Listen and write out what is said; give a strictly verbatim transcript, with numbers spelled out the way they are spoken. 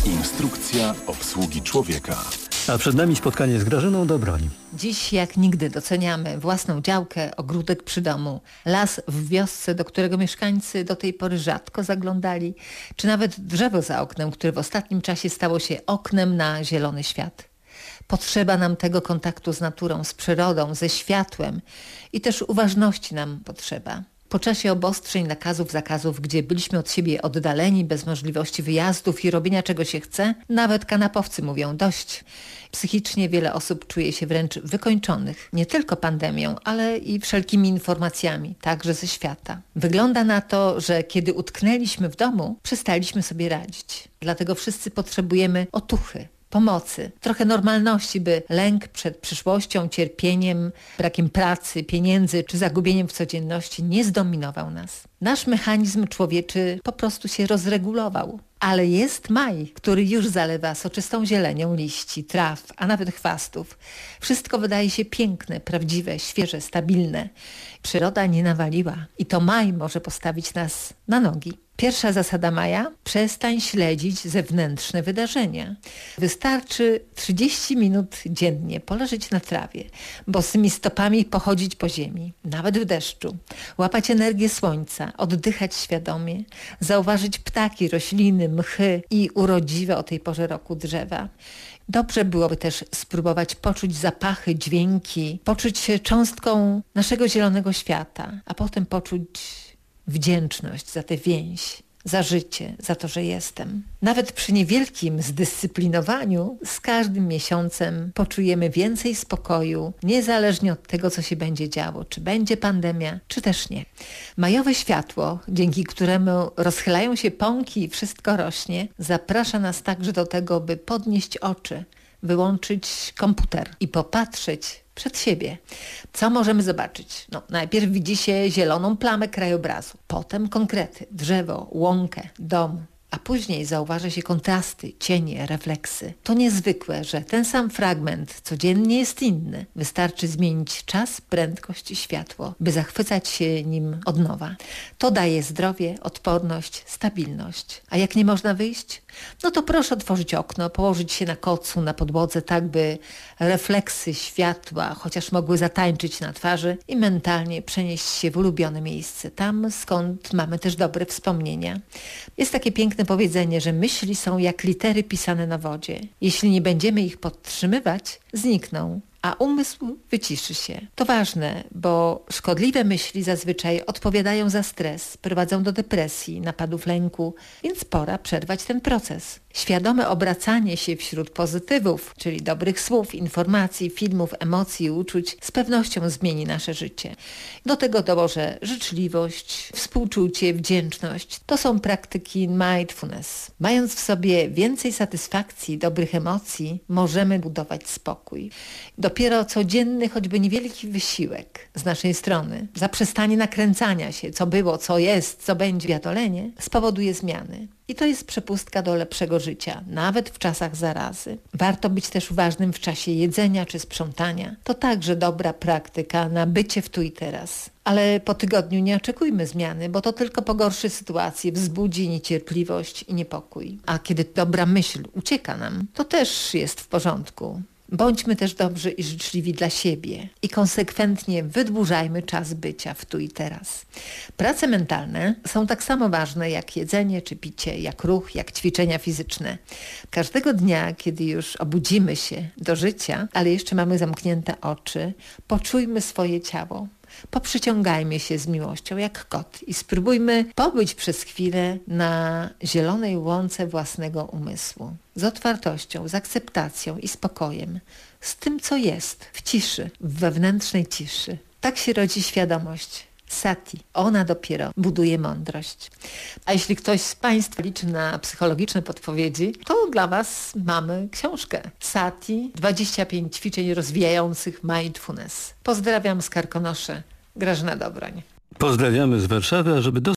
Instrukcja obsługi człowieka. A przed nami spotkanie z Grażyną Dobroń. Dziś jak nigdy doceniamy własną działkę, ogródek przy domu, las w wiosce, do którego mieszkańcy do tej pory rzadko zaglądali, czy nawet drzewo za oknem, które w ostatnim czasie stało się oknem na zielony świat. Potrzeba nam tego kontaktu z naturą, z przyrodą, ze światłem i też uważności nam potrzeba. Po czasie obostrzeń, nakazów, zakazów, gdzie byliśmy od siebie oddaleni, bez możliwości wyjazdów i robienia czego się chce, nawet kanapowcy mówią dość. Psychicznie wiele osób czuje się wręcz wykończonych, nie tylko pandemią, ale i wszelkimi informacjami, także ze świata. Wygląda na to, że kiedy utknęliśmy w domu, przestaliśmy sobie radzić. Dlatego wszyscy potrzebujemy otuchy, pomocy, trochę normalności, by lęk przed przyszłością, cierpieniem, brakiem pracy, pieniędzy czy zagubieniem w codzienności nie zdominował nas. Nasz mechanizm człowieczy po prostu się rozregulował. Ale jest maj, który już zalewa soczystą zielenią liści, traw, a nawet chwastów. Wszystko wydaje się piękne, prawdziwe, świeże, stabilne. Przyroda nie nawaliła i to maj może postawić nas na nogi. Pierwsza zasada maja: przestań śledzić zewnętrzne wydarzenia. Wystarczy trzydzieści minut dziennie poleżeć na trawie, bosymi stopami pochodzić po ziemi, nawet w deszczu, łapać energię słońca, oddychać świadomie, zauważyć ptaki, rośliny, mchy i urodziwe o tej porze roku drzewa. Dobrze byłoby też spróbować poczuć zapachy, dźwięki, poczuć się cząstką naszego zielonego świata, a potem poczuć wdzięczność za tę więź, za życie, za to, że jestem. Nawet przy niewielkim zdyscyplinowaniu z każdym miesiącem poczujemy więcej spokoju, niezależnie od tego, co się będzie działo, czy będzie pandemia, czy też nie. Majowe światło, dzięki któremu rozchylają się pąki i wszystko rośnie, zaprasza nas także do tego, by podnieść oczy, wyłączyć komputer i popatrzeć przed siebie. Co możemy zobaczyć? No, najpierw widzi się zieloną plamę krajobrazu, potem konkrety, drzewo, łąkę, dom, a później zauważa się kontrasty, cienie, refleksy. To niezwykłe, że ten sam fragment codziennie jest inny. Wystarczy zmienić czas, prędkość i światło, by zachwycać się nim od nowa. To daje zdrowie, odporność, stabilność. A jak nie można wyjść? No to proszę otworzyć okno, położyć się na kocu, na podłodze, tak by refleksy światła chociaż mogły zatańczyć na twarzy i mentalnie przenieść się w ulubione miejsce, tam skąd mamy też dobre wspomnienia. Jest takie piękne powiedzenie, że myśli są jak litery pisane na wodzie. Jeśli nie będziemy ich podtrzymywać, znikną, a umysł wyciszy się. To ważne, bo szkodliwe myśli zazwyczaj odpowiadają za stres, prowadzą do depresji, napadów lęku, więc pora przerwać ten proces. Świadome obracanie się wśród pozytywów, czyli dobrych słów, informacji, filmów, emocji i uczuć, z pewnością zmieni nasze życie. Do tego dołożę życzliwość, współczucie, wdzięczność. To są praktyki mindfulness. Mając w sobie więcej satysfakcji, dobrych emocji, możemy budować spokój. Dopiero codzienny, choćby niewielki wysiłek z naszej strony, zaprzestanie nakręcania się, co było, co jest, co będzie, wiadolenie, spowoduje zmiany. I to jest przepustka do lepszego życia, nawet w czasach zarazy. Warto być też uważnym w czasie jedzenia czy sprzątania. To także dobra praktyka na bycie w tu i teraz. Ale po tygodniu nie oczekujmy zmiany, bo to tylko pogorszy sytuację, wzbudzi niecierpliwość i niepokój. A kiedy dobra myśl ucieka nam, to też jest w porządku. Bądźmy też dobrzy i życzliwi dla siebie i konsekwentnie wydłużajmy czas bycia w tu i teraz. Prace mentalne są tak samo ważne jak jedzenie czy picie, jak ruch, jak ćwiczenia fizyczne. Każdego dnia, kiedy już obudzimy się do życia, ale jeszcze mamy zamknięte oczy, poczujmy swoje ciało. Poprzyciągajmy się z miłością jak kot i spróbujmy pobyć przez chwilę na zielonej łące własnego umysłu. Z otwartością, z akceptacją i spokojem. Z tym, co jest, w ciszy, w wewnętrznej ciszy. Tak się rodzi świadomość. Sati. Ona dopiero buduje mądrość. A jeśli ktoś z Państwa liczy na psychologiczne podpowiedzi, to dla Was mamy książkę. Sati. dwadzieścia pięć ćwiczeń rozwijających mindfulness. Pozdrawiam z Karkonosze. Grażyna Dobroń. Pozdrawiamy z Warszawy, a żeby